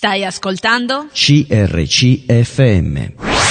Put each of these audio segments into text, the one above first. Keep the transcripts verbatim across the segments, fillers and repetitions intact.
Stai ascoltando C R C F M.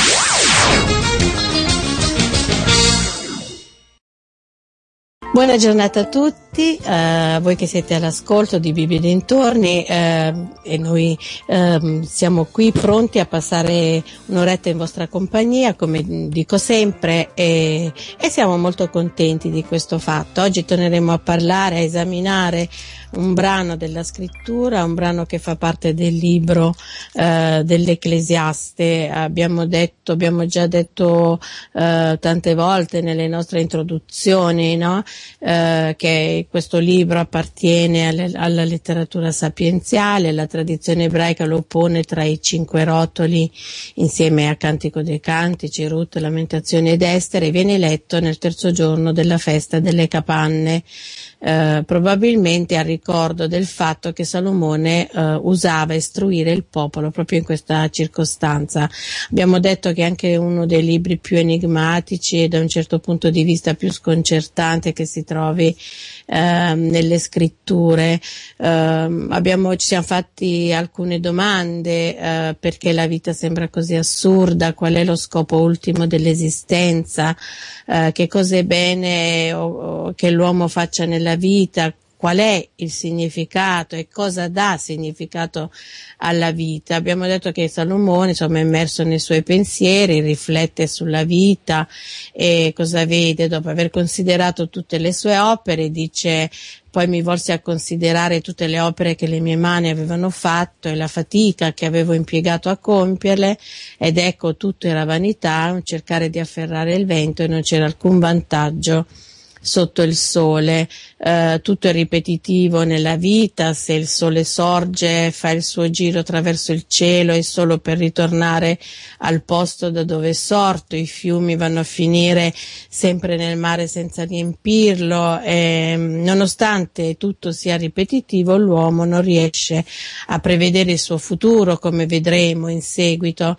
Buona giornata a tutti, eh, voi che siete all'ascolto di Bibbia e dintorni, eh, e noi eh, siamo qui pronti a passare un'oretta in vostra compagnia, come dico sempre, e, e siamo molto contenti di questo fatto. Oggi torneremo a parlare, a esaminare un brano della scrittura, un brano che fa parte del libro eh, dell'Ecclesiaste. Abbiamo detto, abbiamo già detto eh, tante volte nelle nostre introduzioni, no? Eh, che questo libro appartiene alle, alla letteratura sapienziale, la tradizione ebraica lo pone tra i cinque rotoli insieme a Cantico dei Cantici, Rut, Lamentazioni ed Estere, e viene letto nel terzo giorno della festa delle capanne. Eh, probabilmente a ricordo del fatto che Salomone eh, usava istruire il popolo proprio in questa circostanza. Abbiamo detto che è anche uno dei libri più enigmatici e da un certo punto di vista più sconcertante che si trovi eh, nelle scritture. Eh, abbiamo, ci siamo fatti alcune domande, eh, perché la vita sembra così assurda, qual è lo scopo ultimo dell'esistenza, eh, che cos'è bene o, o che l'uomo faccia nella vita, qual è il significato e cosa dà significato alla vita. Abbiamo detto che Salomone, insomma, è immerso nei suoi pensieri, riflette sulla vita e cosa vede dopo aver considerato tutte le sue opere. Dice: poi mi volsi a considerare tutte le opere che le mie mani avevano fatto e la fatica che avevo impiegato a compierle, ed ecco, tutto era vanità, cercare di afferrare il vento, e non c'era alcun vantaggio sotto il sole. Eh, tutto è ripetitivo nella vita. Se il sole sorge, fa il suo giro attraverso il cielo e solo per ritornare al posto da dove è sorto. I fiumi vanno a finire sempre nel mare senza riempirlo, e nonostante tutto sia ripetitivo, l'uomo non riesce a prevedere il suo futuro, come vedremo in seguito,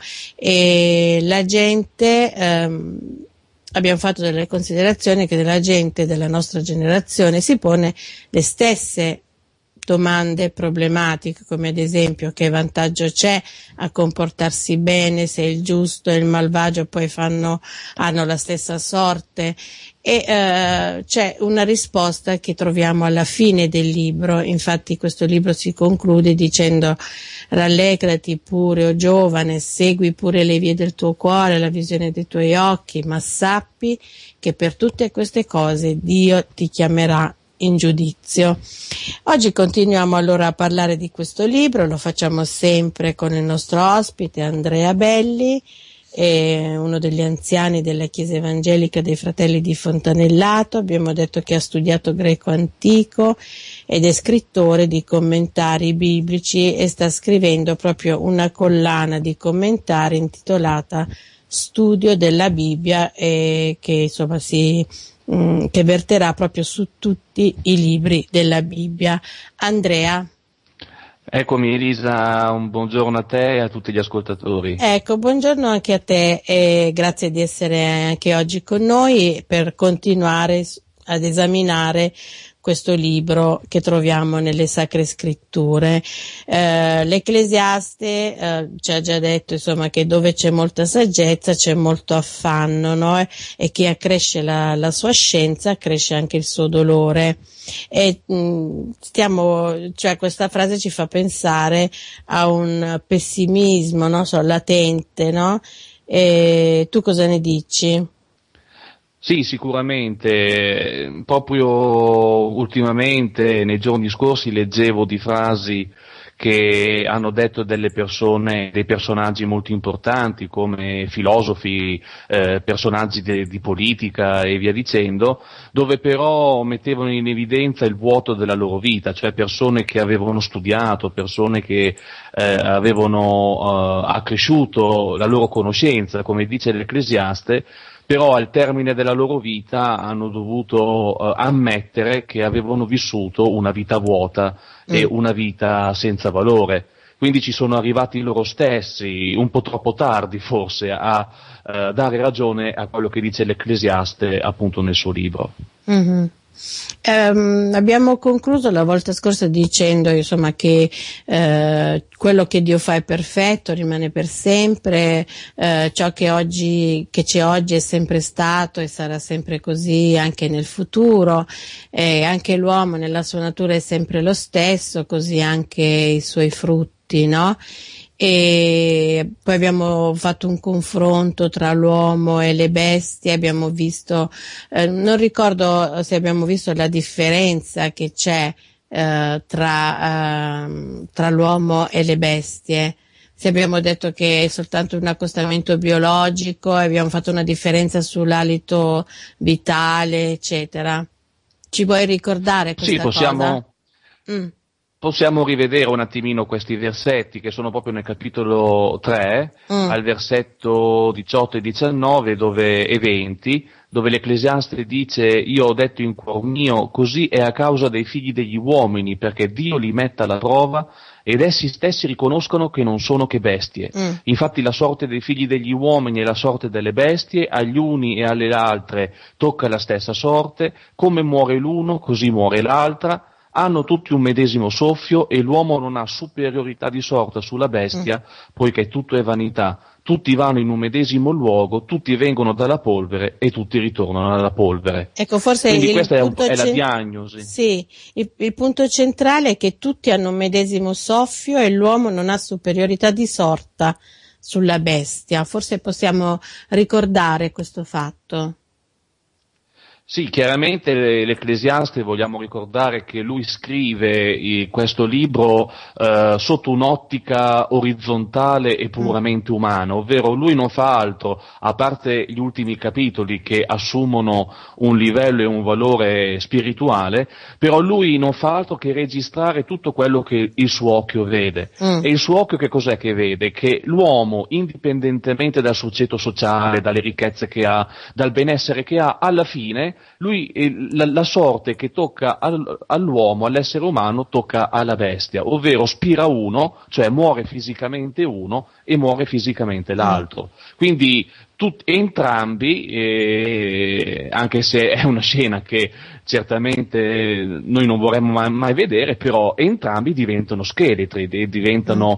e la gente ehm, abbiamo fatto delle considerazioni che della gente della nostra generazione si pone le stesse domande problematiche, come ad esempio: che vantaggio c'è a comportarsi bene se il giusto e il malvagio poi fanno, hanno la stessa sorte? E eh, c'è una risposta che troviamo alla fine del libro. Infatti questo libro si conclude dicendo: rallegrati pure, o giovane, segui pure le vie del tuo cuore, la visione dei tuoi occhi, ma sappi che per tutte queste cose Dio ti chiamerà in giudizio. Oggi continuiamo allora a parlare di questo libro, lo facciamo sempre con il nostro ospite Andrea Belli, è uno degli anziani della Chiesa Evangelica dei Fratelli di Fontanellato. Abbiamo detto che ha studiato greco antico ed è scrittore di commentari biblici e sta scrivendo proprio una collana di commentari intitolata Studio della Bibbia, e che insomma si mh, che verterà proprio su tutti i libri della Bibbia. Andrea. Eccomi Elisa, un buongiorno a te e a tutti gli ascoltatori. Ecco, buongiorno anche a te e grazie di essere anche oggi con noi per continuare ad esaminare questo libro che troviamo nelle Sacre Scritture. Eh, L'Ecclesiaste eh, ci ha già detto, insomma, che dove c'è molta saggezza c'è molto affanno, no? E, e chi accresce la, la sua scienza accresce anche il suo dolore. E mh, stiamo, cioè questa frase ci fa pensare a un pessimismo, no? So, latente, no? E tu cosa ne dici? Sì, sicuramente. Proprio ultimamente, nei giorni scorsi, leggevo di frasi che hanno detto delle persone, dei personaggi molto importanti come filosofi, eh, personaggi de, di politica e via dicendo, dove però mettevano in evidenza il vuoto della loro vita, cioè persone che avevano studiato, persone che eh, avevano eh, accresciuto la loro conoscenza, come dice l'Ecclesiaste, però al termine della loro vita hanno dovuto uh, ammettere che avevano vissuto una vita vuota mm. e una vita senza valore. Quindi ci sono arrivati loro stessi, un po' troppo tardi forse, a uh, dare ragione a quello che dice l'Ecclesiaste appunto nel suo libro. Mm-hmm. Um, abbiamo concluso la volta scorsa dicendo insomma che eh, quello che Dio fa è perfetto, rimane per sempre, eh, ciò che oggi che c'è oggi è sempre stato e sarà sempre così anche nel futuro, e anche l'uomo nella sua natura è sempre lo stesso, così anche i suoi frutti, no? E poi abbiamo fatto un confronto tra l'uomo e le bestie, abbiamo visto, eh, non ricordo se abbiamo visto la differenza che c'è eh, tra, eh, tra l'uomo e le bestie, se abbiamo detto che è soltanto un accostamento biologico, abbiamo fatto una differenza sull'alito vitale, eccetera. Ci vuoi ricordare questa sì, possiamo... cosa? Mm. Possiamo rivedere un attimino questi versetti che sono proprio nel capitolo tre, Mm. al versetto diciotto e diciannove dove, e venti, dove l'Ecclesiaste dice: io ho detto in cuor mio, così è a causa dei figli degli uomini, perché Dio li metta alla prova ed essi stessi riconoscono che non sono che bestie. Mm. Infatti la sorte dei figli degli uomini è la sorte delle bestie, agli uni e alle altre tocca la stessa sorte, come muore l'uno così muore l'altra. Hanno tutti un medesimo soffio e l'uomo non ha superiorità di sorta sulla bestia, mm. poiché tutto è vanità. Tutti vanno in un medesimo luogo, tutti vengono dalla polvere e tutti ritornano alla polvere. Ecco, forse Quindi il questa è, un, punto è la cen- diagnosi. Sì, il, il punto centrale è che tutti hanno un medesimo soffio e l'uomo non ha superiorità di sorta sulla bestia. Forse possiamo ricordare questo fatto. Sì, chiaramente l'Ecclesiaste, vogliamo ricordare che lui scrive questo libro eh, sotto un'ottica orizzontale e puramente umana, ovvero lui non fa altro, a parte gli ultimi capitoli che assumono un livello e un valore spirituale, però lui non fa altro che registrare tutto quello che il suo occhio vede. Mm. E il suo occhio che cos'è che vede? Che l'uomo, indipendentemente dal suo ceto sociale, dalle ricchezze che ha, dal benessere che ha, alla fine lui, la, la sorte che tocca al, all'uomo, all'essere umano, tocca alla bestia, ovvero spira uno, cioè muore fisicamente uno e muore fisicamente l'altro. Quindi tut, entrambi, eh, anche se è una scena che certamente noi non vorremmo mai, mai vedere, però entrambi diventano scheletri, diventano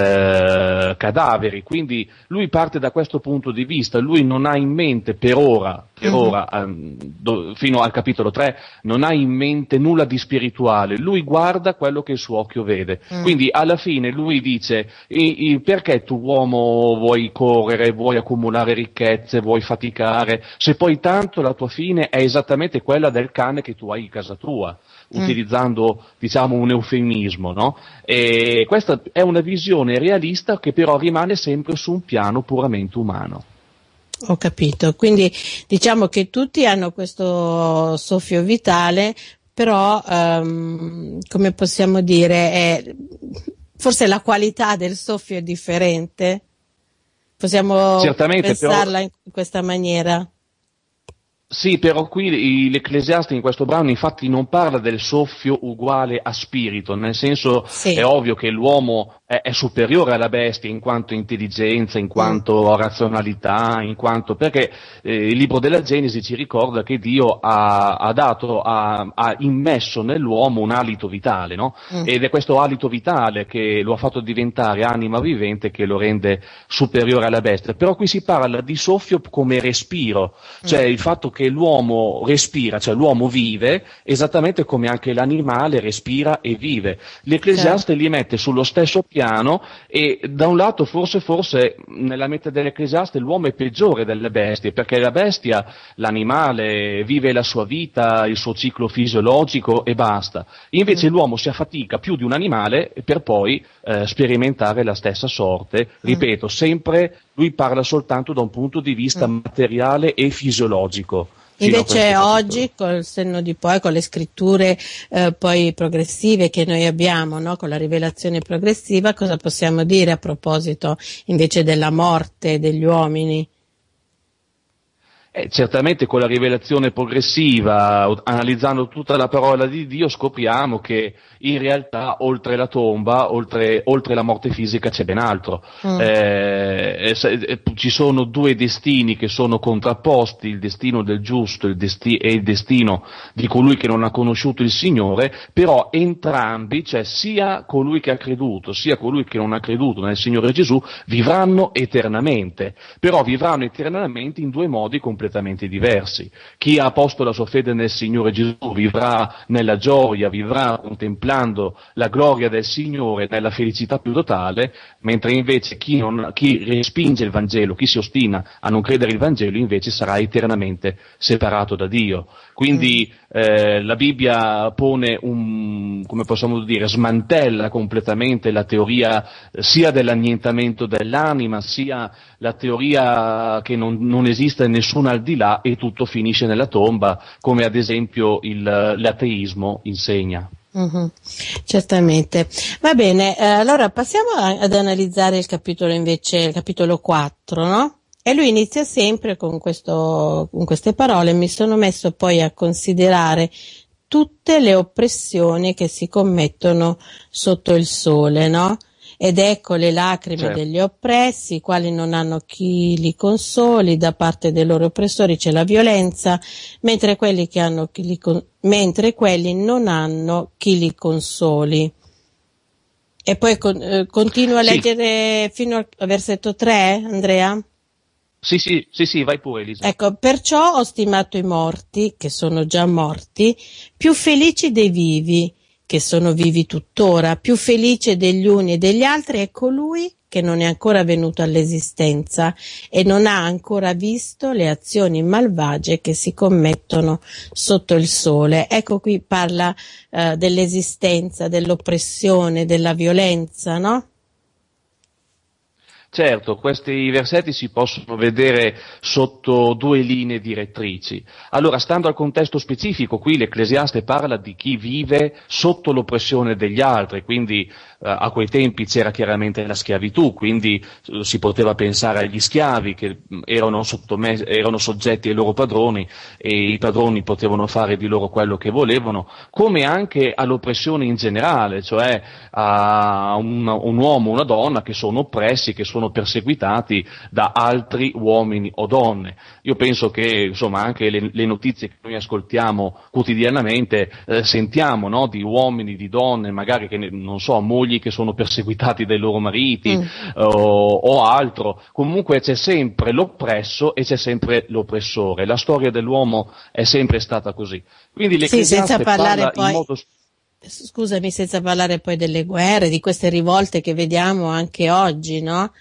eh, cadaveri, quindi lui parte da questo punto di vista, lui non ha in mente per ora, per uh-huh. ora um, do, fino al capitolo tre, non ha in mente nulla di spirituale, lui guarda quello che il suo occhio vede, uh-huh. quindi alla fine lui dice: I, i, perché tu uomo vuoi correre, vuoi accumulare ricchezze, vuoi faticare, se poi tanto la tua fine è esattamente quella del cane che tu hai in casa tua, mm. utilizzando diciamo un eufemismo, no? E questa è una visione realista che però rimane sempre su un piano puramente umano. Ho capito, quindi diciamo che tutti hanno questo soffio vitale, però um, come possiamo dire, è, forse la qualità del soffio è differente? Possiamo Certamente, pensarla però... in questa maniera? Sì, però qui l'Ecclesiaste in questo brano infatti non parla del soffio uguale a spirito, nel senso sì. È ovvio che l'uomo è, è superiore alla bestia in quanto intelligenza, in quanto mm. razionalità, in quanto perché eh, il libro della Genesi ci ricorda che Dio ha, ha dato, ha, ha immesso nell'uomo un alito vitale, no? Mm. Ed è questo alito vitale che lo ha fatto diventare anima vivente che lo rende superiore alla bestia. Però qui si parla di soffio come respiro, cioè mm. il fatto che che l'uomo respira, cioè l'uomo vive, esattamente come anche l'animale respira e vive. L'Ecclesiaste li mette sullo stesso piano e da un lato forse, forse nella mente dell'Ecclesiaste l'uomo è peggiore delle bestie, perché la bestia, l'animale, vive la sua vita, il suo ciclo fisiologico e basta. Invece mm. l'uomo si affatica più di un animale per poi eh, sperimentare la stessa sorte. Ripeto, mm. sempre lui parla soltanto da un punto di vista mm. materiale e fisiologico. Invece oggi, col senno di poi, con le scritture eh, poi progressive che noi abbiamo, no? Con la rivelazione progressiva, cosa possiamo dire a proposito invece della morte degli uomini? Eh, certamente con la rivelazione progressiva, analizzando tutta la parola di Dio, scopriamo che in realtà oltre la tomba, oltre, oltre la morte fisica c'è ben altro. Mm. Eh, eh, ci sono due destini che sono contrapposti, il destino del giusto il desti- e il destino di colui che non ha conosciuto il Signore, però entrambi, cioè sia colui che ha creduto, sia colui che non ha creduto nel Signore Gesù, vivranno eternamente, però vivranno eternamente in due modi completamente completamente diversi. Chi ha posto la sua fede nel Signore Gesù vivrà nella gioia, vivrà contemplando la gloria del Signore, nella felicità più totale, mentre invece chi, non, chi respinge il Vangelo, chi si ostina a non credere il Vangelo, invece sarà eternamente separato da Dio. Quindi eh, la Bibbia pone un, come possiamo dire, smantella completamente la teoria eh, sia dell'annientamento dell'anima, sia la teoria che non, non esiste nessun al di là e tutto finisce nella tomba, come ad esempio il, l'ateismo insegna. Mm-hmm. Certamente. Va bene, eh, allora passiamo a, ad analizzare il capitolo invece, il capitolo quattro, no? E lui inizia sempre con questo, con queste parole: mi sono messo poi a considerare tutte le oppressioni che si commettono sotto il sole, no? Ed ecco le lacrime certo. degli oppressi, i quali non hanno chi li consoli, da parte dei loro oppressori c'è la violenza, mentre quelli che hanno chi li con- mentre quelli non hanno chi li consoli. E poi con- eh, continuo a leggere sì. fino al versetto tre, Andrea? Sì, sì, sì, sì, vai pure, Elisa. Ecco, perciò ho stimato i morti, che sono già morti, più felici dei vivi, che sono vivi tuttora. Più felice degli uni e degli altri è colui che non è ancora venuto all'esistenza e non ha ancora visto le azioni malvagie che si commettono sotto il sole. Ecco, qui parla eh, dell'esistenza, dell'oppressione, della violenza, no? Certo, questi versetti si possono vedere sotto due linee direttrici. Allora, stando al contesto specifico, qui l'Ecclesiaste parla di chi vive sotto l'oppressione degli altri, quindi eh, a quei tempi c'era chiaramente la schiavitù, quindi eh, si poteva pensare agli schiavi che erano, sottomessi, erano soggetti ai loro padroni e i padroni potevano fare di loro quello che volevano, come anche all'oppressione in generale, cioè a un, un uomo o una donna che sono oppressi, che sono perseguitati da altri uomini o donne. Io penso che insomma anche le, le notizie che noi ascoltiamo quotidianamente eh, sentiamo, no, di uomini, di donne, magari che non so, mogli che sono perseguitati dai loro mariti mm. o, o altro. Comunque c'è sempre l'oppresso e c'è sempre l'oppressore. La storia dell'uomo è sempre stata così. Quindi l'Ecclesiaste sì, senza parlare parla poi... in modo... Scusami, senza parlare poi delle guerre, di queste rivolte che vediamo anche oggi, no?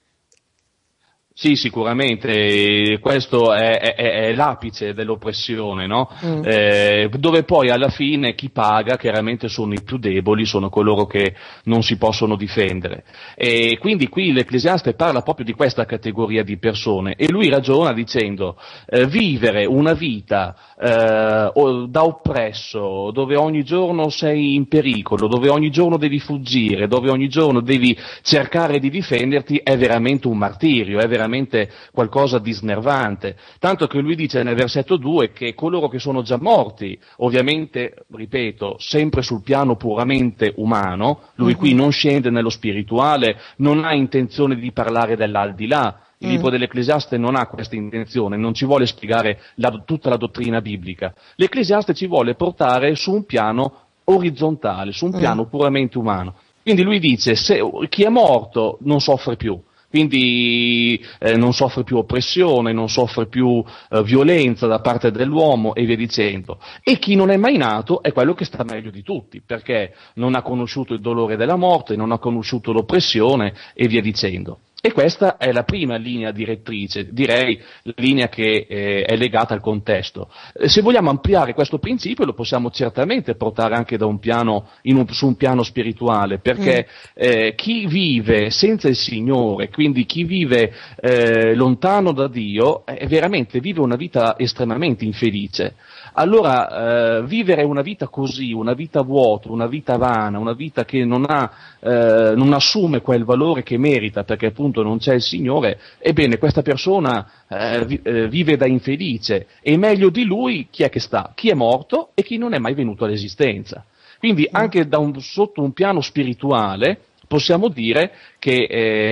Sì, sicuramente, questo è, è, è l'apice dell'oppressione, no? Mm. Eh, dove poi alla fine chi paga chiaramente sono i più deboli, sono coloro che non si possono difendere. E quindi qui l'Ecclesiaste parla proprio di questa categoria di persone e lui ragiona dicendo eh, vivere una vita eh, da oppresso, dove ogni giorno sei in pericolo, dove ogni giorno devi fuggire, dove ogni giorno devi cercare di difenderti, è veramente un martirio, è veramente qualcosa di snervante, tanto che lui dice nel versetto due che coloro che sono già morti, ovviamente, ripeto, sempre sul piano puramente umano, lui uh-huh. qui non scende nello spirituale, non ha intenzione di parlare dell'aldilà, il libro mm. dell'Ecclesiaste non ha questa intenzione, non ci vuole spiegare la, tutta la dottrina biblica, l'Ecclesiaste ci vuole portare su un piano orizzontale, su un piano mm. puramente umano, quindi lui dice se chi è morto non soffre più, quindi eh, non soffre più oppressione, non soffre più eh, violenza da parte dell'uomo e via dicendo. E chi non è mai nato è quello che sta meglio di tutti, perché non ha conosciuto il dolore della morte, non ha conosciuto l'oppressione e via dicendo. E questa è la prima linea direttrice, direi la linea che eh, è legata al contesto. Eh, se vogliamo ampliare questo principio lo possiamo certamente portare anche da un piano, in un, su un piano spirituale, perché mm. eh, chi vive senza il Signore, quindi chi vive eh, lontano da Dio, eh, veramente vive una vita estremamente infelice. allora eh, vivere una vita così, una vita vuota, una vita vana, una vita che non ha, eh, non assume quel valore che merita perché appunto non c'è il Signore, ebbene questa persona eh, vi, eh, vive da infelice, e meglio di lui chi è che sta? Chi è morto e chi non è mai venuto all'esistenza. Quindi anche da un, sotto un piano spirituale possiamo dire che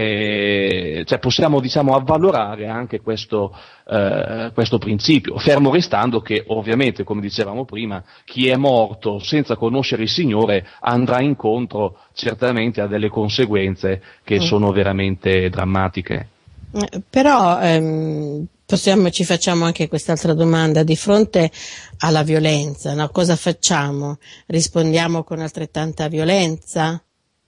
eh, cioè possiamo diciamo avvalorare anche questo, eh, questo principio, fermo restando che ovviamente, come dicevamo prima, chi è morto senza conoscere il Signore andrà incontro certamente a delle conseguenze che mm. sono veramente drammatiche. Però ehm, possiamo, ci facciamo anche quest'altra domanda: di fronte alla violenza, no? Cosa facciamo? Rispondiamo con altrettanta violenza?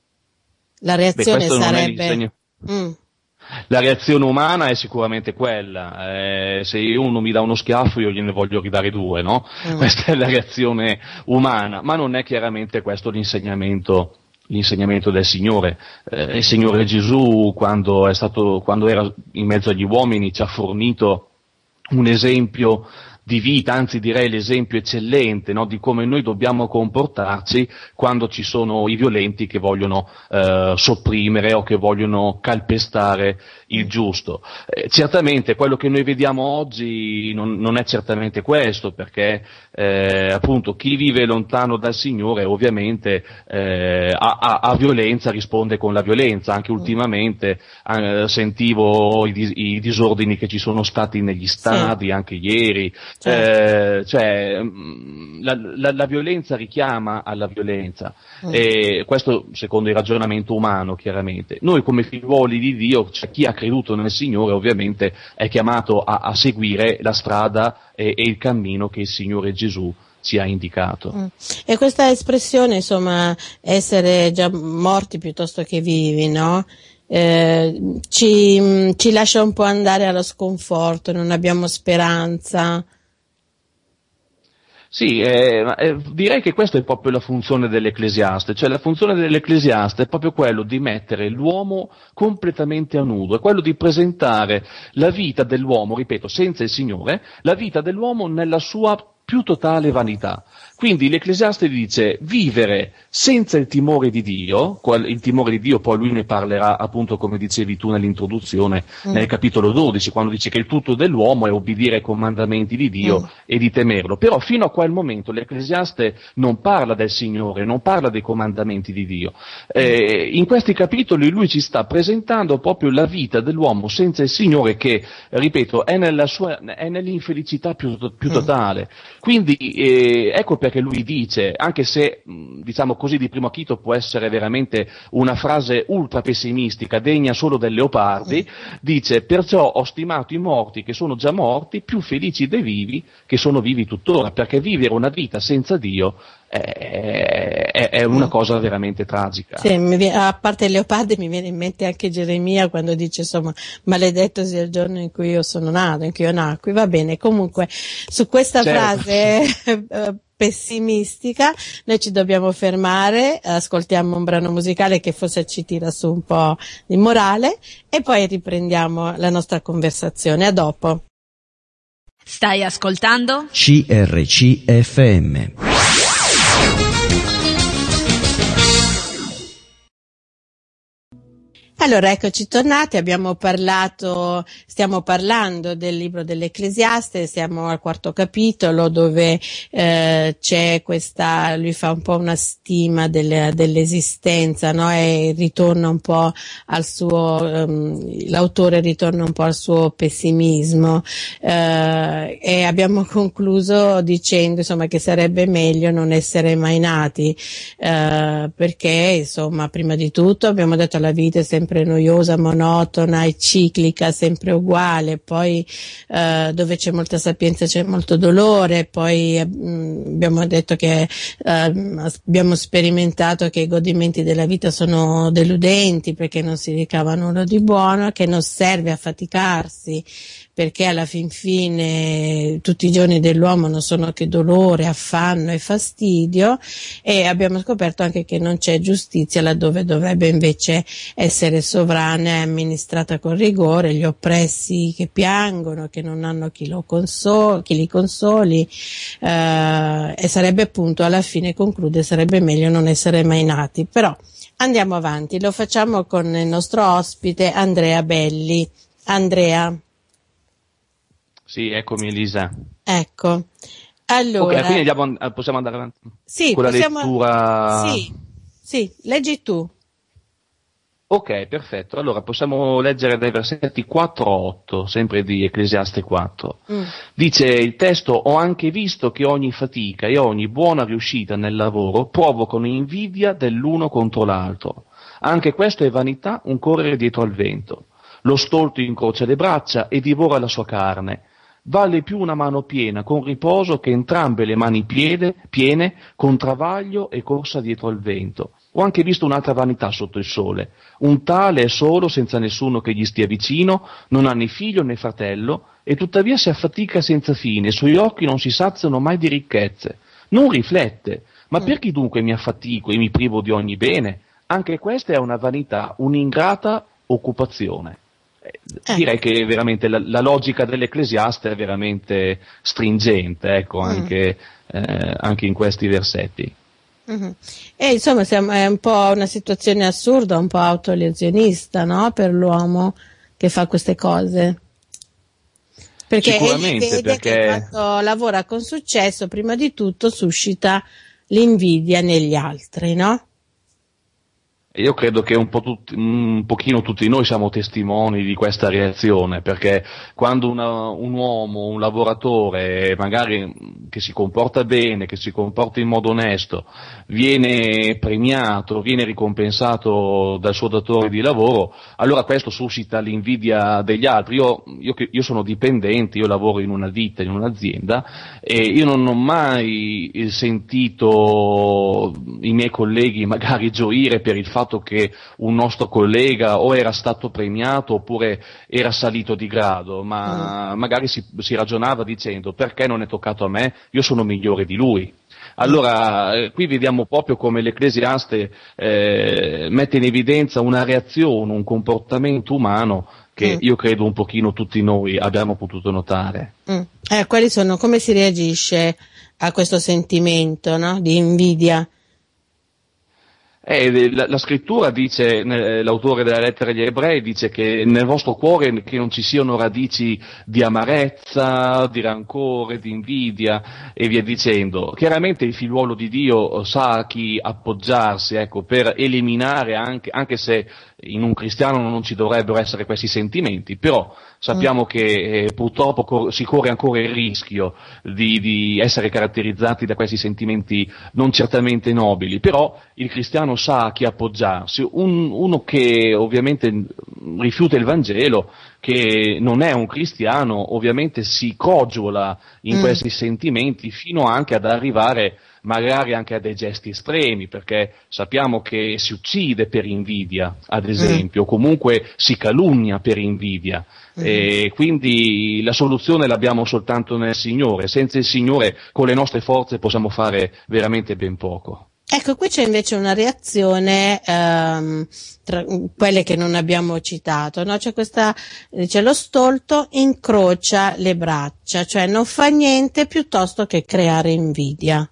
La reazione Beh, sarebbe... Mm. La reazione umana è sicuramente quella, eh, se uno mi dà uno schiaffo io gliene voglio ridare due, no? Mm. Questa è la reazione umana, ma non è chiaramente questo l'insegnamento, l'insegnamento del Signore. Eh, il Signore Gesù, quando è stato, quando era in mezzo agli uomini, ci ha fornito un esempio di vita, anzi direi l'esempio eccellente, no, di come noi dobbiamo comportarci quando ci sono i violenti che vogliono eh, sopprimere o che vogliono calpestare il giusto. Eh, certamente quello che noi vediamo oggi non, non è certamente questo, perché eh, appunto chi vive lontano dal Signore ovviamente eh, a, a, a violenza risponde con la violenza. Anche ultimamente eh, sentivo i, dis- i disordini che ci sono stati negli stadi, sì. Anche ieri. Certo. Eh, cioè la, la, la violenza richiama alla violenza, mm. e questo secondo il ragionamento umano, chiaramente. Noi come figliuoli di Dio, cioè chi ha creduto nel Signore ovviamente è chiamato a, a seguire la strada e, e il cammino che il Signore Gesù ci ha indicato. Mm. E questa espressione, insomma, essere già morti piuttosto che vivi, no? Eh, ci, ci lascia un po' andare allo sconforto, non abbiamo speranza. Sì, eh, eh, direi che questa è proprio la funzione dell'Ecclesiaste, cioè la funzione dell'Ecclesiaste è proprio quello di mettere l'uomo completamente a nudo, è quello di presentare la vita dell'uomo, ripeto, senza il Signore, la vita dell'uomo nella sua più totale vanità. Quindi l'Ecclesiaste dice vivere senza il timore di Dio, il timore di Dio poi lui ne parlerà appunto come dicevi tu nell'introduzione, mm. nel capitolo dodici, quando dice che il tutto dell'uomo è obbedire ai comandamenti di Dio mm. e di temerlo. Però fino a quel momento l'Ecclesiaste non parla del Signore, non parla dei comandamenti di Dio. Eh, in questi capitoli lui ci sta presentando proprio la vita dell'uomo senza il Signore che, ripeto, è, nella sua, è nell'infelicità più, più totale. Quindi eh, ecco perché lui dice, anche se diciamo così di primo acchito può essere veramente una frase ultra pessimistica, degna solo del Leopardi, dice: perciò ho stimato i morti che sono già morti più felici dei vivi che sono vivi tuttora, perché vivere una vita senza Dio è, è, è una cosa veramente tragica. Sì, mi viene, a parte il Leopardi mi viene in mente anche Geremia quando dice insomma maledetto sia il giorno in cui io sono nato, in cui io nacqui. Va bene, comunque su questa certo. frase pessimistica noi ci dobbiamo fermare, ascoltiamo un brano musicale che forse ci tira su un po' di morale e poi riprendiamo la nostra conversazione. A dopo. Stai ascoltando C R C F M. Allora, eccoci tornati, abbiamo parlato, stiamo parlando del libro dell'Ecclesiaste, siamo al quarto capitolo dove eh, c'è questa, lui fa un po' una stima delle, dell'esistenza, no? E ritorna un po' al suo, um, l'autore ritorna un po' al suo pessimismo, eh, e abbiamo concluso dicendo insomma che sarebbe meglio non essere mai nati, eh, perché insomma prima di tutto abbiamo detto la vita è sempre noiosa, monotona e ciclica, sempre uguale, poi eh, dove c'è molta sapienza c'è molto dolore, poi eh, abbiamo detto che eh, abbiamo sperimentato che i godimenti della vita sono deludenti perché non si ricava nulla di buono, che non serve affaticarsi perché alla fin fine tutti i giorni dell'uomo non sono che dolore, affanno e fastidio, e abbiamo scoperto anche che non c'è giustizia laddove dovrebbe invece essere sovrana è amministrata con rigore, gli oppressi che piangono, che non hanno chi, lo consoli, chi li consoli, eh, e sarebbe appunto, alla fine conclude, sarebbe meglio non essere mai nati. Però andiamo avanti, lo facciamo con il nostro ospite Andrea Belli. Andrea. Sì, eccomi Elisa. Ecco. Allora, ok, quindi andiamo, possiamo andare avanti sì, con possiamo, la lettura. Sì, sì, leggi tu. Ok, perfetto. Allora possiamo leggere dai versetti quattro a otto, sempre di Ecclesiaste quattro. Mm. Dice il testo: ho anche visto che ogni fatica e ogni buona riuscita nel lavoro provocano invidia dell'uno contro l'altro. Anche questo è vanità, un correre dietro al vento. Lo stolto incrocia le braccia e divora la sua carne. Vale più una mano piena con riposo che entrambe le mani piede, piene con travaglio e corsa dietro al vento. Ho anche visto un'altra vanità sotto il sole. Un tale è solo, senza nessuno che gli stia vicino, non ha né figlio né fratello, e tuttavia si affatica senza fine, i suoi occhi non si saziano mai di ricchezze. Non riflette. Ma mm. per chi dunque mi affatico e mi privo di ogni bene? Anche questa è una vanità, un'ingrata occupazione. Eh. Direi che veramente la, la logica dell'Ecclesiaste è veramente stringente, ecco, anche, mm. eh, anche in questi versetti. Mm-hmm. E insomma siamo, è un po' una situazione assurda, un po' autolesionista, no? Per l'uomo che fa queste cose. Perché egli vede perché... che quando lavora con successo, prima di tutto suscita l'invidia negli altri, no? Io credo che un po' tutti, un pochino tutti noi siamo testimoni di questa reazione, perché quando una, un uomo, un lavoratore, magari che si comporta bene, che si comporta in modo onesto, viene premiato, viene ricompensato dal suo datore di lavoro, allora questo suscita l'invidia degli altri. Io, io, io sono dipendente, io lavoro in una ditta, in un'azienda, e io non ho mai sentito i miei colleghi magari gioire per il fatto che un nostro collega o era stato premiato oppure era salito di grado, ma mm. magari si, si ragionava dicendo: perché non è toccato a me? Io sono migliore di lui. Allora, eh, qui vediamo proprio come l'Ecclesiaste eh, mette in evidenza una reazione, un comportamento umano che mm. io credo un pochino tutti noi abbiamo potuto notare. Mm. Eh, quali sono, come si reagisce a questo sentimento, no? Di invidia? Eh, la, la scrittura dice, l'autore della lettera agli ebrei dice che nel vostro cuore che non ci siano radici di amarezza, di rancore, di invidia e via dicendo. Chiaramente il figliuolo di Dio sa a chi appoggiarsi, ecco, per eliminare anche, anche se in un cristiano non ci dovrebbero essere questi sentimenti, però sappiamo mm. che eh, purtroppo cor- si corre ancora il rischio di, di essere caratterizzati da questi sentimenti non certamente nobili, però il cristiano sa a chi appoggiarsi. Un, uno che ovviamente rifiuta il Vangelo, che non è un cristiano, ovviamente si crogiola in mm. questi sentimenti fino anche ad arrivare magari anche a dei gesti estremi, perché sappiamo che si uccide per invidia, ad esempio, mm. comunque si calunnia per invidia, mm. e quindi la soluzione l'abbiamo soltanto nel Signore. Senza il Signore con le nostre forze possiamo fare veramente ben poco. Ecco, qui c'è invece una reazione, ehm, tra quelle che non abbiamo citato, no? C'è questa, dice, lo stolto incrocia le braccia, cioè non fa niente piuttosto che creare invidia.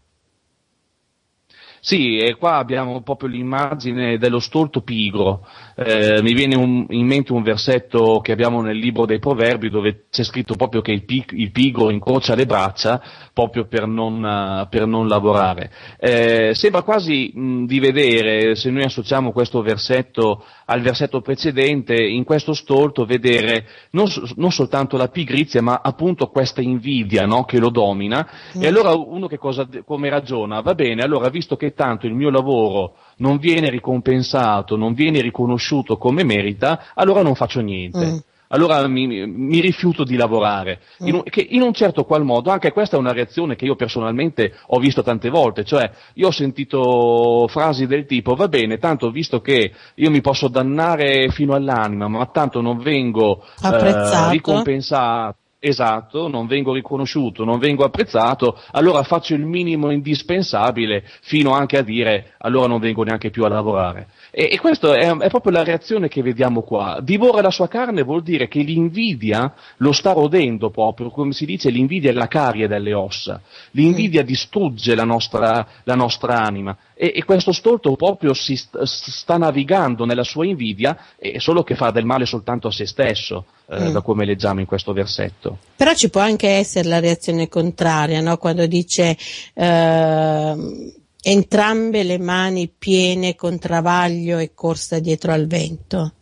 Sì, e qua abbiamo proprio l'immagine dello stolto pigro. Eh, mi viene un, in mente un versetto che abbiamo nel libro dei Proverbi dove c'è scritto proprio che il, pig, il pigro incrocia le braccia proprio per non, uh, per non lavorare. Eh, sembra quasi mh, di vedere, se noi associamo questo versetto al versetto precedente, in questo stolto vedere non, non soltanto la pigrizia, ma appunto questa invidia, no, che lo domina. Mm. E allora uno che cosa, come ragiona? Va bene, allora visto che tanto il mio lavoro non viene ricompensato, non viene riconosciuto come merita, allora non faccio niente. Mm. Allora mi, mi rifiuto di lavorare, mm. in un, che in un certo qual modo, anche questa è una reazione che io personalmente ho visto tante volte, cioè io ho sentito frasi del tipo: va bene, tanto visto che io mi posso dannare fino all'anima, ma tanto non vengo eh, ricompensato, esatto, non vengo riconosciuto, non vengo apprezzato, allora faccio il minimo indispensabile fino anche a dire allora non vengo neanche più a lavorare. E, e questa è, è proprio la reazione che vediamo qua. Divora la sua carne vuol dire che l'invidia lo sta rodendo proprio, come si dice, l'invidia è la carie delle ossa, l'invidia mm. distrugge la nostra, la nostra anima, e, e questo stolto proprio si st- sta navigando nella sua invidia, e solo che fa del male soltanto a se stesso, eh, mm. da come leggiamo in questo versetto. Però ci può anche essere la reazione contraria, no? Quando dice eh, entrambe le mani piene con travaglio e corsa dietro al vento.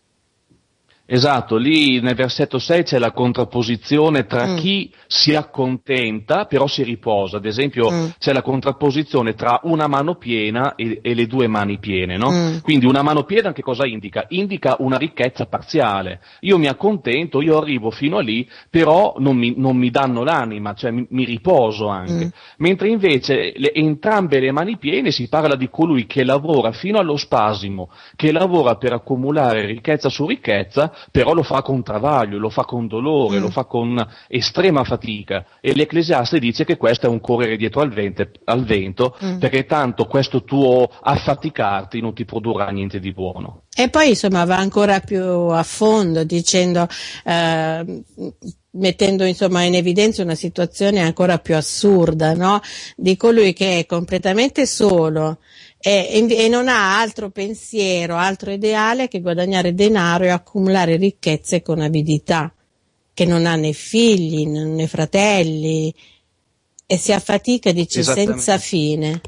Esatto, lì nel versetto sei c'è la contrapposizione tra mm. chi si accontenta però si riposa, ad esempio mm. c'è la contrapposizione tra una mano piena e, e le due mani piene, no? Mm. Quindi una mano piena che cosa indica? Indica una ricchezza parziale, io mi accontento, io arrivo fino a lì, però non mi, non mi danno l'anima, cioè mi, mi riposo anche, mm. mentre invece le, entrambe le mani piene si parla di colui che lavora fino allo spasimo, che lavora per accumulare ricchezza su ricchezza, però lo fa con travaglio, lo fa con dolore, mm. lo fa con estrema fatica, e l'Ecclesiaste dice che questo è un correre dietro al vento, al vento mm. perché tanto questo tuo affaticarti non ti produrrà niente di buono. E poi insomma va ancora più a fondo dicendo, eh, mettendo insomma in evidenza una situazione ancora più assurda, no? Di colui che è completamente solo E, e non ha altro pensiero, altro ideale che guadagnare denaro e accumulare ricchezze con avidità, che non ha né figli né fratelli e si affatica, dice, senza fine.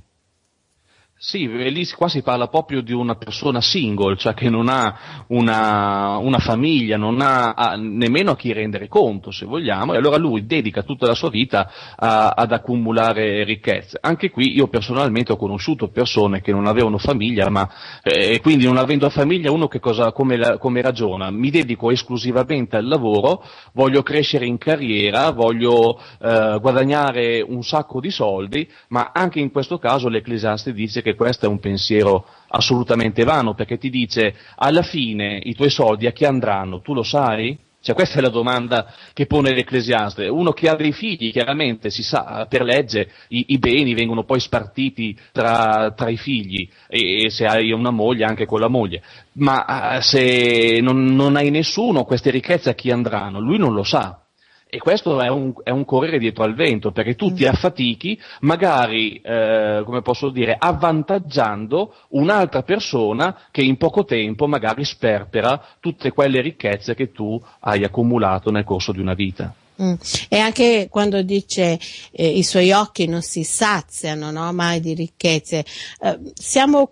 Sì, lì qua si parla proprio di una persona single, cioè che non ha una, una famiglia, non ha, ha nemmeno a chi rendere conto, se vogliamo, e allora lui dedica tutta la sua vita a, ad accumulare ricchezze. Anche qui io personalmente ho conosciuto persone che non avevano famiglia, ma eh, quindi non avendo famiglia uno che cosa, come, come ragiona? Mi dedico esclusivamente al lavoro, voglio crescere in carriera, voglio eh, guadagnare un sacco di soldi, ma anche in questo caso l'Ecclesiaste dice che questo è un pensiero assolutamente vano, perché ti dice alla fine i tuoi soldi a chi andranno, tu lo sai? Cioè questa è la domanda che pone l'Ecclesiaste. Uno che ha dei figli, chiaramente si sa, per legge i, i beni vengono poi spartiti tra, tra i figli, e, e se hai una moglie anche con la moglie, ma se non, non hai nessuno, queste ricchezze a chi andranno? Lui non lo sa. E questo è un, è un correre dietro al vento, perché tu ti affatichi, magari, eh, come posso dire, avvantaggiando un'altra persona che in poco tempo magari sperpera tutte quelle ricchezze che tu hai accumulato nel corso di una vita. Mm. E anche quando dice eh, i suoi occhi non si saziano, no, mai di ricchezze, eh, siamo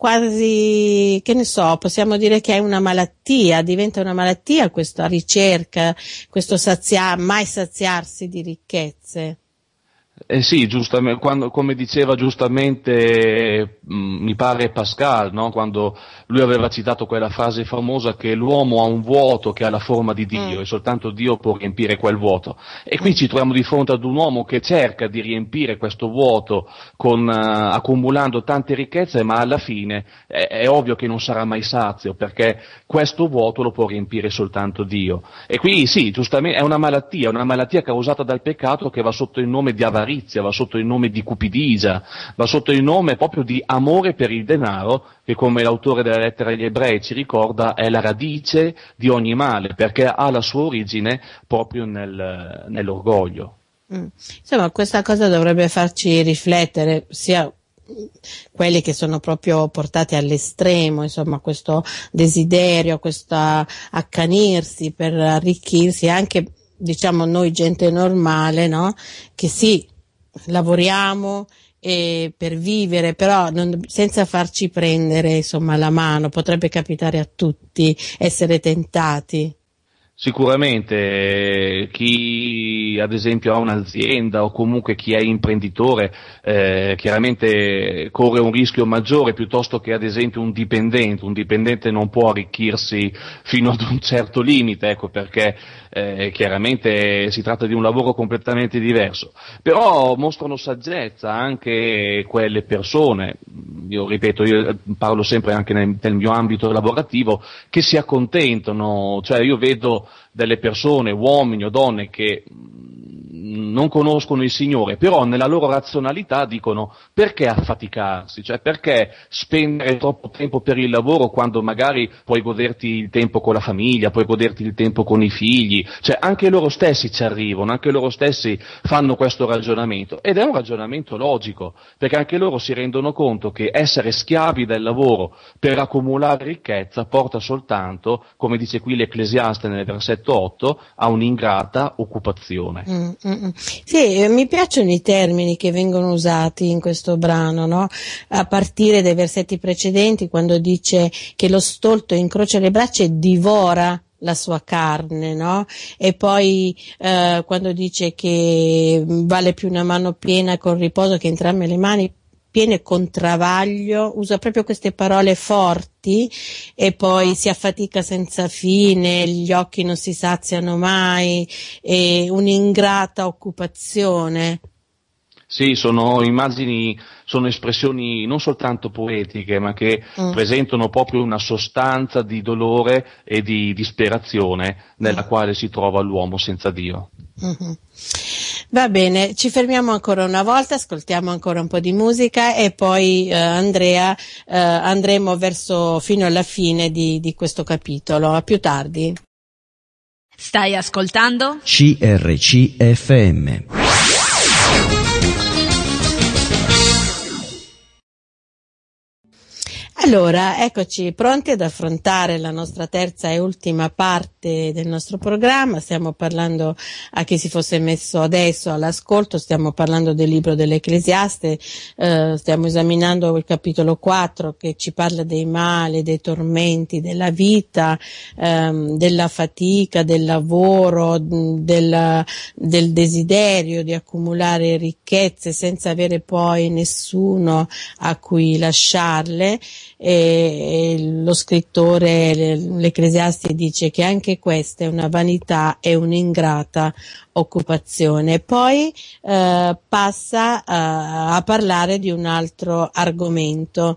quasi, che ne so, possiamo dire che è una malattia, diventa una malattia questa ricerca, questo sazia, mai saziarsi di ricchezze. Eh sì, giustamente, quando, come diceva giustamente, mh, mi pare Pascal, no? Quando lui aveva citato quella frase famosa che l'uomo ha un vuoto che ha la forma di Dio mm. e soltanto Dio può riempire quel vuoto. E qui mm. ci troviamo di fronte ad un uomo che cerca di riempire questo vuoto con, uh, accumulando tante ricchezze, ma alla fine è, è ovvio che non sarà mai sazio, perché questo vuoto lo può riempire soltanto Dio. E qui sì, giustamente è una malattia, una malattia causata dal peccato che va sotto il nome di avarizia, va sotto il nome di cupidigia, va sotto il nome proprio di amore per il denaro, che come l'autore della lettera agli ebrei ci ricorda è la radice di ogni male, perché ha la sua origine proprio nel, nell'orgoglio. Mm. Insomma, questa cosa dovrebbe farci riflettere, sia quelli che sono proprio portati all'estremo, insomma, questo desiderio, questo accanirsi per arricchirsi, anche diciamo noi gente normale, no? Che sì, lavoriamo eh, per vivere, però non, senza farci prendere insomma la mano. Potrebbe capitare a tutti, essere tentati. Sicuramente chi ad esempio ha un'azienda o comunque chi è imprenditore eh, chiaramente corre un rischio maggiore piuttosto che ad esempio un dipendente. Un dipendente non può arricchirsi fino ad un certo limite, ecco, perché eh, chiaramente si tratta di un lavoro completamente diverso. Però mostrano saggezza anche quelle persone, io ripeto, io parlo sempre anche nel, nel mio ambito lavorativo, che si accontentano, cioè io vedo delle persone, uomini o donne, che non conoscono il Signore, però nella loro razionalità dicono: perché affaticarsi? Cioè, perché spendere troppo tempo per il lavoro quando magari puoi goderti il tempo con la famiglia, puoi goderti il tempo con i figli? Cioè, anche loro stessi ci arrivano, anche loro stessi fanno questo ragionamento, ed è un ragionamento logico, perché anche loro si rendono conto che essere schiavi del lavoro per accumulare ricchezza porta soltanto, come dice qui l'Ecclesiaste nel versetto otto, a un'ingrata occupazione. Mm, mm, mm. Sì, mi piacciono i termini che vengono usati in questo brano, no? A partire dai versetti precedenti, quando dice che lo stolto incrocia le braccia e divora la sua carne, no? E poi eh, quando dice che vale più una mano piena con riposo che entrambe le mani piene con travaglio, usa proprio queste parole forti, e poi si affatica senza fine, gli occhi non si saziano mai, e un'ingrata occupazione. Sì, sono immagini, sono espressioni non soltanto poetiche, ma che mm. presentano proprio una sostanza di dolore e di disperazione nella mm. quale si trova l'uomo senza Dio. Mm-hmm. Va bene, ci fermiamo ancora una volta, ascoltiamo ancora un po' di musica e poi eh, Andrea eh, andremo verso fino alla fine di, di questo capitolo. A più tardi. Stai ascoltando? C R C F M. Allora, eccoci pronti ad affrontare la nostra terza e ultima parte del nostro programma. Stiamo parlando, a chi si fosse messo adesso all'ascolto, stiamo parlando del libro dell'Ecclesiaste, eh, stiamo esaminando il capitolo quattro che ci parla dei mali, dei tormenti, della vita, ehm, della fatica, del lavoro, del, del desiderio di accumulare ricchezze senza avere poi nessuno a cui lasciarle. E lo scrittore, l'Ecclesiaste, dice che anche questa è una vanità e un'ingrata occupazione. Poi eh, passa a, a parlare di un altro argomento.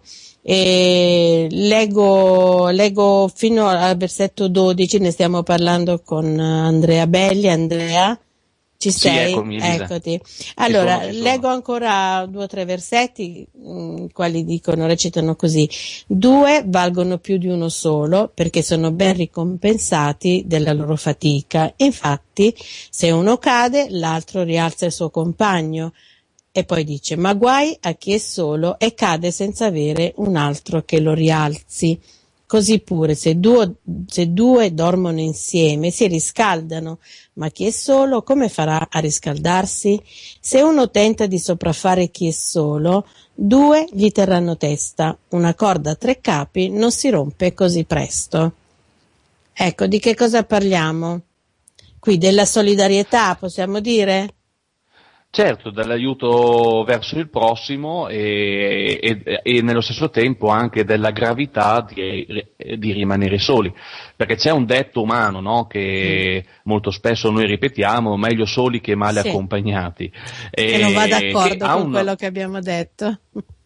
E leggo, leggo fino al versetto dodici, ne stiamo parlando con Andrea Belli. Andrea? Ci sei? Sì, eccomi, Elisa. Eccoti. Allora, ci sono, ci sono. leggo ancora due o tre versetti, mh, quali dicono, recitano così: due valgono più di uno solo, perché sono ben ricompensati della loro fatica. Infatti, se uno cade, l'altro rialza il suo compagno. E poi dice: ma guai a chi è solo e cade senza avere un altro che lo rialzi. Così pure, se due, se due dormono insieme si riscaldano, ma chi è solo come farà a riscaldarsi? Se uno tenta di sopraffare chi è solo, due gli terranno testa. Una corda a tre capi non si rompe così presto. Ecco, di che cosa parliamo? Qui della solidarietà, possiamo dire? Certo, dell'aiuto verso il prossimo e, e, e nello stesso tempo anche della gravità di, di rimanere soli, perché c'è un detto umano, no, che mm. molto spesso noi ripetiamo: meglio soli che male sì. accompagnati. E, che non va d'accordo con un... quello che abbiamo detto.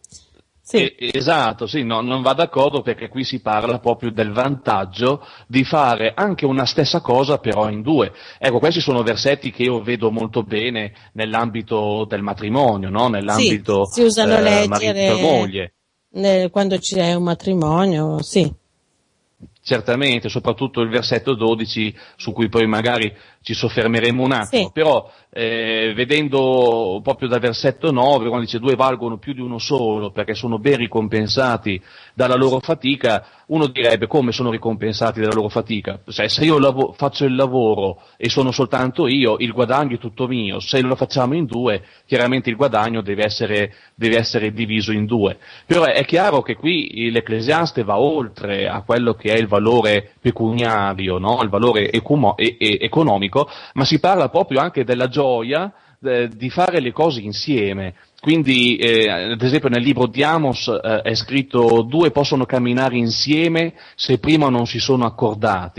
Sì. Eh, esatto, sì, no, non va d'accordo, perché qui si parla proprio del vantaggio di fare anche una stessa cosa però in due. Ecco, questi sono versetti che io vedo molto bene nell'ambito del matrimonio, no? Nell'ambito sì, si usano eh, leggere marito-moglie. Nel, quando c'è un matrimonio, sì. Certamente, soprattutto il versetto dodici, su cui poi magari ci soffermeremo un attimo, sì. Però eh, vedendo proprio dal versetto nove, quando dice due valgono più di uno solo perché sono ben ricompensati dalla loro fatica, uno direbbe: come sono ricompensati dalla loro fatica? Se, se io lav- faccio il lavoro e sono soltanto io, il guadagno è tutto mio. Se lo facciamo in due, chiaramente il guadagno deve essere, deve essere diviso in due. Però è, è chiaro che qui l'Ecclesiaste va oltre a quello che è il valore pecuniario, no? Il valore ecumo- e- e- economico, ma si parla proprio anche della gioia eh, di fare le cose insieme. Quindi, eh, ad esempio nel libro di Amos eh, è scritto: due possono camminare insieme se prima non si sono accordati.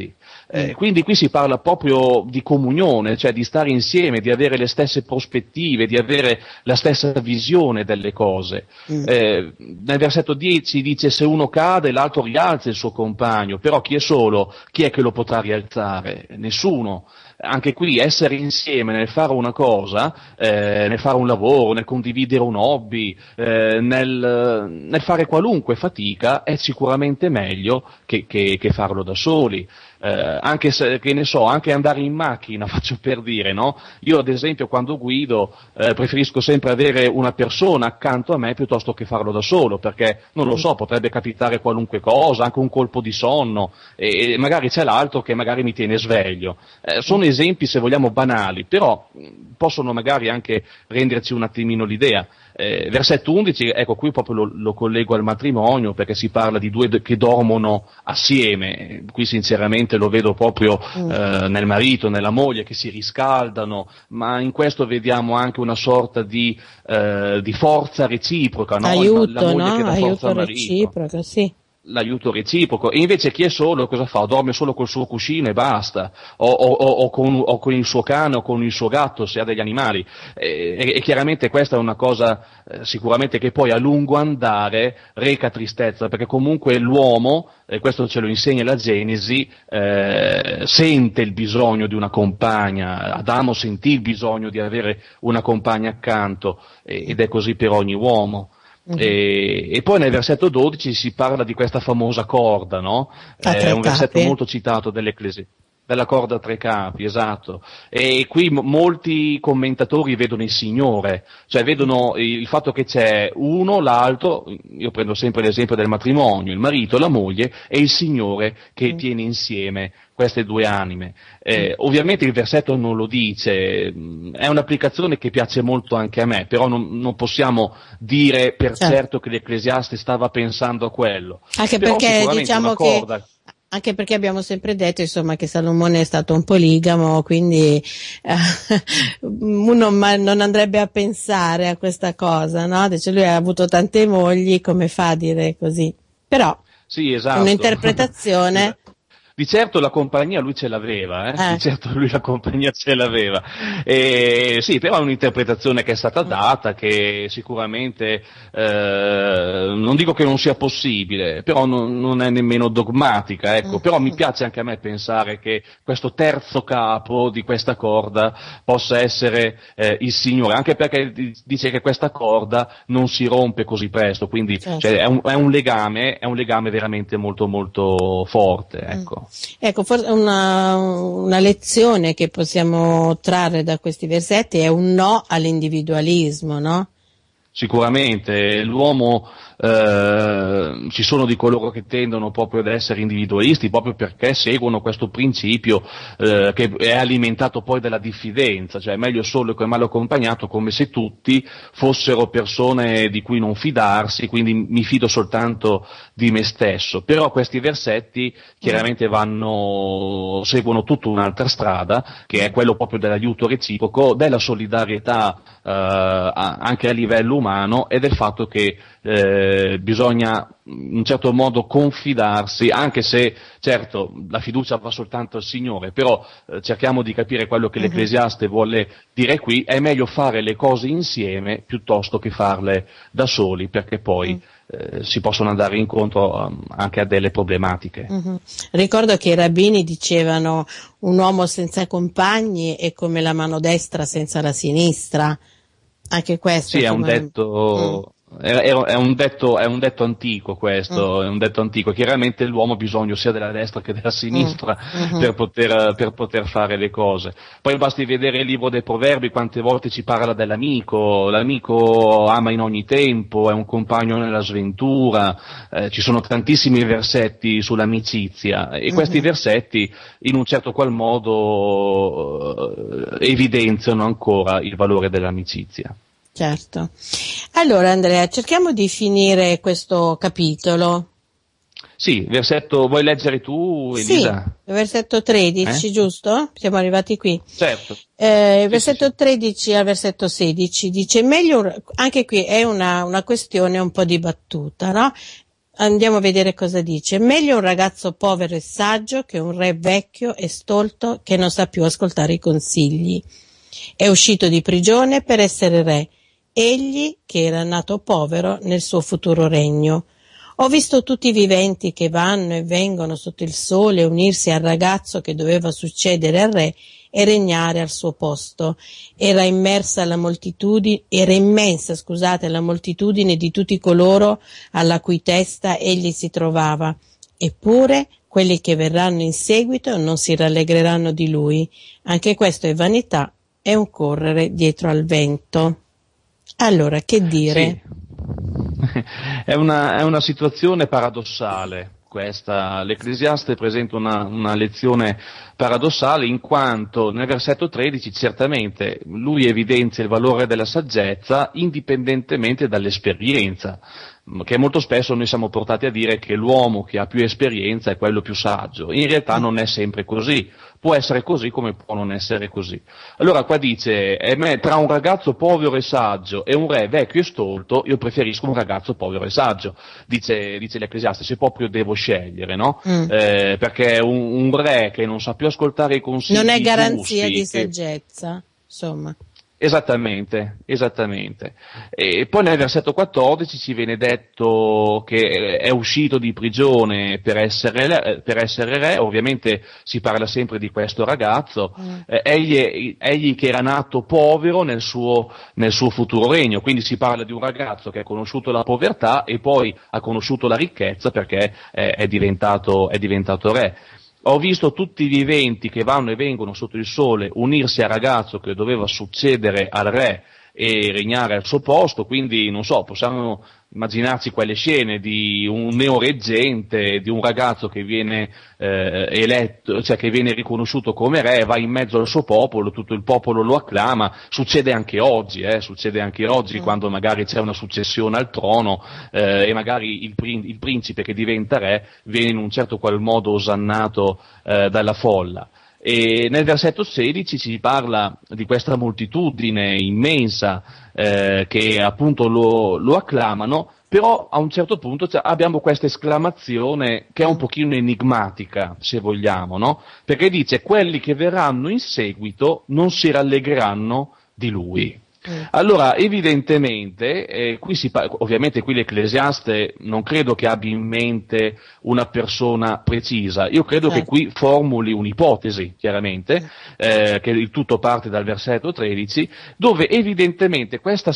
Eh, quindi qui si parla proprio di comunione, cioè di stare insieme, di avere le stesse prospettive, di avere la stessa visione delle cose. Mm. Eh, nel versetto dieci dice: se uno cade l'altro rialza il suo compagno, però chi è solo, chi è che lo potrà rialzare? Nessuno. Anche qui essere insieme nel fare una cosa, eh, nel fare un lavoro, nel condividere un hobby, eh, nel, nel fare qualunque fatica è sicuramente meglio che, che, che farlo da soli. Eh, anche se, che ne so, anche andare in macchina, faccio per dire, no? Io ad esempio quando guido eh, preferisco sempre avere una persona accanto a me piuttosto che farlo da solo, perché non lo so, potrebbe capitare qualunque cosa, anche un colpo di sonno, e, e magari c'è l'altro che magari mi tiene sveglio. Eh, sono esempi, se vogliamo, banali, però possono magari anche renderci un attimino l'idea. Eh, versetto undici, ecco qui proprio lo, lo collego al matrimonio, perché si parla di due che dormono assieme. Qui sinceramente lo vedo proprio mm. eh, nel marito, nella moglie, che si riscaldano, ma in questo vediamo anche una sorta di, eh, di forza reciproca, no? Aiuto, la, la moglie no? che dà Aiuto forza al marito. reciproco, sì. L'aiuto reciproco. E invece chi è solo cosa fa? Dorme solo col suo cuscino e basta, o, o, o, con, o con il suo cane o con il suo gatto, se ha degli animali. E, e, e chiaramente questa è una cosa eh, sicuramente che poi a lungo andare reca tristezza, perché comunque l'uomo, e questo ce lo insegna la Genesi, eh, sente il bisogno di una compagna. Adamo sentì il bisogno di avere una compagna accanto, e, ed è così per ogni uomo. E, e poi nel versetto dodici si parla di questa famosa corda, no? È un versetto capi. molto citato dell'Ecclesia, della corda a tre capi, esatto. E qui m- molti commentatori vedono il Signore, cioè vedono il fatto che c'è uno, l'altro, io prendo sempre l'esempio del matrimonio, il marito, la moglie, e il Signore che mm. tiene insieme queste due anime. Eh, ovviamente il versetto non lo dice, è un'applicazione che piace molto anche a me, però non, non possiamo dire per certo. certo che l'Ecclesiaste stava pensando a quello. Anche però perché diciamo corda... che anche perché abbiamo sempre detto, insomma, che Salomone è stato un poligamo, quindi eh, uno ma non andrebbe a pensare a questa cosa, no? Dice, lui ha avuto tante mogli, come fa a dire così? Però sì, esatto. un'interpretazione Di certo la compagnia lui ce l'aveva, eh? eh. Di certo lui la compagnia ce l'aveva. E, sì, però è un'interpretazione che è stata data, che sicuramente, eh, non dico che non sia possibile, però non, non è nemmeno dogmatica, ecco. Però mi piace anche a me pensare che questo terzo capo di questa corda possa essere eh, il Signore, anche perché dice che questa corda non si rompe così presto, quindi certo. cioè, è, un, è un legame, è un legame veramente molto molto forte, ecco. Ecco, forse una, una lezione che possiamo trarre da questi versetti è un no all'individualismo, no? Sicuramente l'uomo, eh, ci sono di coloro che tendono proprio ad essere individualisti proprio perché seguono questo principio eh, che è alimentato poi dalla diffidenza, cioè è meglio solo che male accompagnato, come se tutti fossero persone di cui non fidarsi, quindi mi fido soltanto di me stesso. Però questi versetti chiaramente vanno, seguono tutta un'altra strada, che è quello proprio dell'aiuto reciproco, della solidarietà eh, anche a livello umano, e del fatto che eh, bisogna in un certo modo confidarsi, anche se certo la fiducia va soltanto al Signore, però eh, cerchiamo di capire quello che uh-huh. l'Ecclesiaste vuole dire qui. È meglio fare le cose insieme piuttosto che farle da soli, perché poi uh-huh. Eh, si possono andare incontro um, anche a delle problematiche. Uh-huh. Ricordo che i rabbini dicevano un uomo senza compagni è come la mano destra senza la sinistra. Anche questo sì, è un detto mm. è, è un detto è un detto antico questo, mm. è un detto antico. Chiaramente l'uomo ha bisogno sia della destra che della sinistra mm. mm-hmm. per poter per poter fare le cose. Poi basti vedere il libro dei Proverbi, quante volte ci parla dell'amico, l'amico ama in ogni tempo, è un compagno nella sventura, eh, ci sono tantissimi versetti sull'amicizia, e mm-hmm. questi versetti in un certo qual modo eh, evidenziano ancora il valore dell'amicizia. Certo. Allora Andrea, cerchiamo di finire questo capitolo. Sì, versetto, vuoi leggere tu, Elisa? Sì, versetto tredici, eh? Giusto? Siamo arrivati qui. Certo. Eh, sì, versetto sì, sì. tredici al versetto sedici dice, meglio, anche qui è una, una questione un po' dibattuta, no? andiamo a vedere cosa dice. Meglio un ragazzo povero e saggio che un re vecchio e stolto che non sa più ascoltare i consigli. È uscito di prigione per essere re, egli che era nato povero nel suo futuro regno. Ho visto tutti i viventi che vanno e vengono sotto il sole unirsi al ragazzo che doveva succedere al re e regnare al suo posto. Era immersa la moltitudine, era immensa, scusate, la moltitudine di tutti coloro alla cui testa egli si trovava. Eppure quelli che verranno in seguito non si rallegreranno di lui. Anche questo è vanità, è un correre dietro al vento. Allora, che dire? Sì. È una, è una situazione paradossale questa. L'Ecclesiaste presenta una, una lezione paradossale in quanto nel versetto tredici certamente lui evidenzia il valore della saggezza indipendentemente dall'esperienza, che molto spesso noi siamo portati a dire che l'uomo che ha più esperienza è quello più saggio. In realtà non è sempre così, può essere così come può non essere così. Allora qua dice, eh, tra un ragazzo povero e saggio e un re vecchio e stolto, io preferisco un ragazzo povero e saggio, dice, dice l'Ecclesiaste, se proprio devo scegliere, no? Mm. Eh, perché un, un re che non sa più ascoltare i consigli non è garanzia giusti, di saggezza, che... insomma. Esattamente, esattamente. E poi nel versetto quattordici ci viene detto che è uscito di prigione per essere, per essere re, ovviamente si parla sempre di questo ragazzo, mm. eh, egli, egli che era nato povero nel suo, nel suo futuro regno, quindi si parla di un ragazzo che ha conosciuto la povertà e poi ha conosciuto la ricchezza perché è, è diventato, è diventato re. Ho visto tutti i viventi che vanno e vengono sotto il sole unirsi al ragazzo che doveva succedere al re e regnare al suo posto, quindi non so, possiamo immaginarci quelle scene di un neoreggente, di un ragazzo che viene eh, eletto, cioè che viene riconosciuto come re, va in mezzo al suo popolo, tutto il popolo lo acclama, succede anche oggi, eh, succede anche oggi mm. quando magari c'è una successione al trono eh, e magari il, prin- il principe che diventa re viene in un certo qual modo osannato eh, dalla folla. E nel versetto sedici ci parla di questa moltitudine immensa eh, che appunto lo, lo acclamano, però a un certo punto abbiamo questa esclamazione che è un pochino enigmatica, se vogliamo, no? Perché dice: quelli che verranno in seguito non si rallegreranno di lui. Mm. Allora, evidentemente, eh, qui si pa- ovviamente qui l'Ecclesiaste non credo che abbia in mente una persona precisa, io credo certo. che qui formuli un'ipotesi, chiaramente, eh, che il tutto parte dal versetto tredici, dove evidentemente questa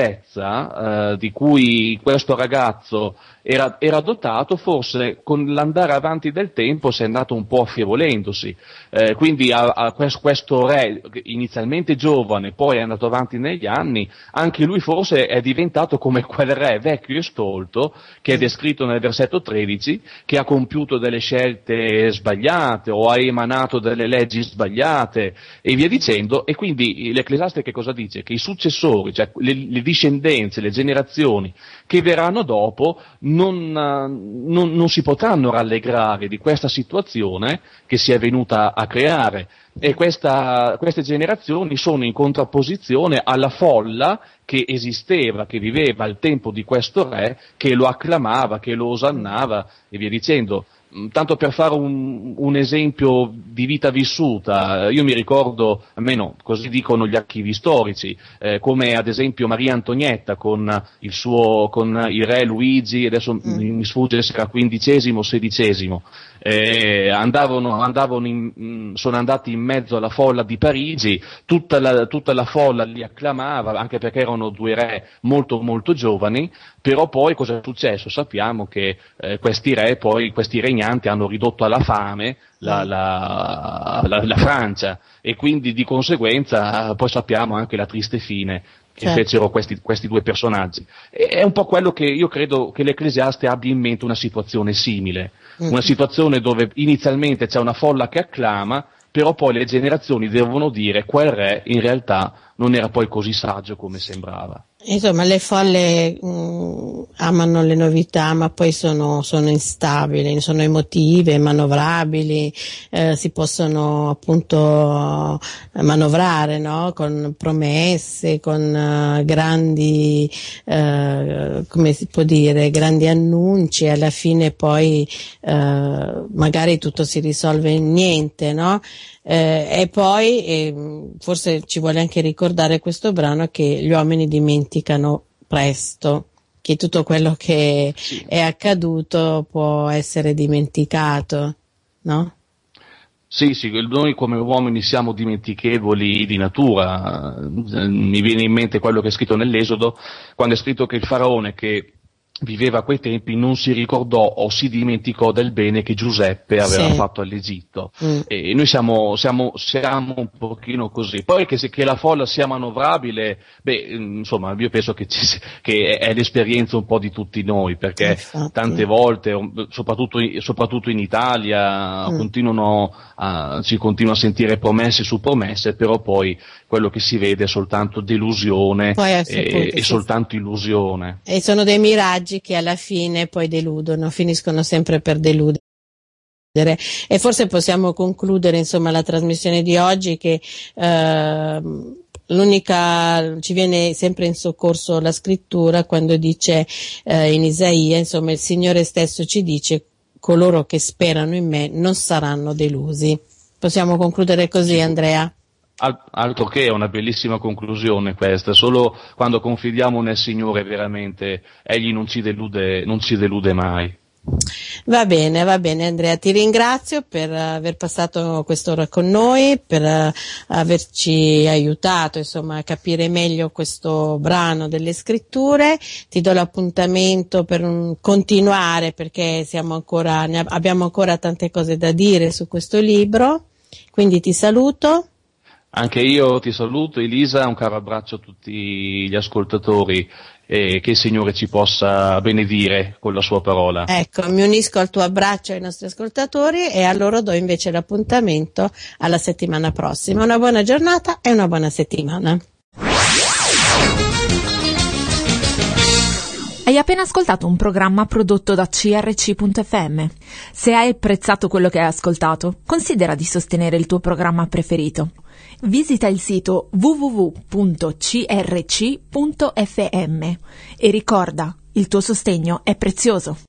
saggezza eh, di cui questo ragazzo era, era dotato, forse con l'andare avanti del tempo si è andato un po' affievolendosi, eh, quindi a, a questo re inizialmente giovane, poi è andato avanti negli anni, anche lui forse è diventato come quel re vecchio e stolto che è descritto nel versetto tredici, che ha compiuto delle scelte sbagliate o ha emanato delle leggi sbagliate e via dicendo, e quindi l'Ecclesiaste che cosa dice? Che i successori, cioè le, le discendenze, le generazioni che verranno dopo non, non, non si potranno rallegrare di questa situazione che si è venuta a creare. E questa, queste generazioni sono in contrapposizione alla folla che esisteva, che viveva al tempo di questo re, che lo acclamava, che lo osannava e via dicendo. Tanto per fare un, un esempio di vita vissuta, io mi ricordo, almeno così dicono gli archivi storici, eh, come ad esempio Maria Antonietta con il suo, con il re Luigi, adesso mm. mi sfugge se era quindicesimo o sedicesimo, eh, andavano, andavano in, sono andati in mezzo alla folla di Parigi, tutta la, tutta la folla li acclamava, anche perché erano due re molto molto giovani, però poi cosa è successo? Sappiamo che eh, questi re, poi questi regnanti hanno ridotto alla fame la, la, la, la Francia e quindi di conseguenza poi sappiamo anche la triste fine che certo. fecero questi, questi due personaggi. E, è un po' quello che io credo che l'Ecclesiaste abbia in mente, una situazione simile, mm. una situazione dove inizialmente c'è una folla che acclama, però poi le generazioni devono dire quel re in realtà non era poi così saggio come sembrava. Insomma, le folle mh, amano le novità, ma poi sono, sono instabili, sono emotive, manovrabili, eh, si possono appunto manovrare, no? Con promesse, con uh, grandi, uh, come si può dire, grandi annunci, e alla fine poi uh, magari tutto si risolve in niente, no? Eh, e poi eh, forse ci vuole anche ricordare questo brano che gli uomini dimenticano presto, che tutto quello che sì. è accaduto può essere dimenticato, no? Sì, sì, noi come uomini siamo dimentichevoli di natura. Mi viene in mente quello che è scritto nell'Esodo, quando è scritto che il faraone che viveva a quei tempi non si ricordò o si dimenticò del bene che Giuseppe aveva Sì. fatto all'Egitto. Mm. E noi siamo, siamo, siamo un pochino così. Poi che, se, che la folla sia manovrabile, beh, insomma, io penso che, ci, che è l'esperienza un po' di tutti noi, perché Infatti. tante volte, soprattutto, soprattutto in Italia, Mm. continuano a, si continua a sentire promesse su promesse, però poi quello che si vede è soltanto delusione Poi, a questo e, punto, e sì. soltanto illusione. E sono dei miraggi che alla fine poi deludono, finiscono sempre per deludere. E forse possiamo concludere, insomma, la trasmissione di oggi che eh, l'unica, ci viene sempre in soccorso la scrittura quando dice eh, in Isaia, insomma, il Signore stesso ci dice: coloro che sperano in me non saranno delusi. Possiamo concludere così, Andrea? Altro che, è una bellissima conclusione questa, solo quando confidiamo nel Signore veramente, Egli non ci delude, non ci delude mai. Va bene, va bene Andrea, ti ringrazio per aver passato quest'ora con noi, per uh, averci aiutato, insomma, a capire meglio questo brano delle scritture. Ti do l'appuntamento per un continuare, perché siamo ancora, ne abbiamo ancora tante cose da dire su questo libro, quindi ti saluto. Anche io ti saluto, Elisa, un caro abbraccio a tutti gli ascoltatori e che il Signore ci possa benedire con la sua parola. Ecco, mi unisco al tuo abbraccio ai nostri ascoltatori e a loro do invece l'appuntamento alla settimana prossima. Una buona giornata e una buona settimana. Hai appena ascoltato un programma prodotto da C R C punto F M. Se hai apprezzato quello che hai ascoltato, considera di sostenere il tuo programma preferito. Visita il sito w w w punto c r c punto f m e ricorda, il tuo sostegno è prezioso.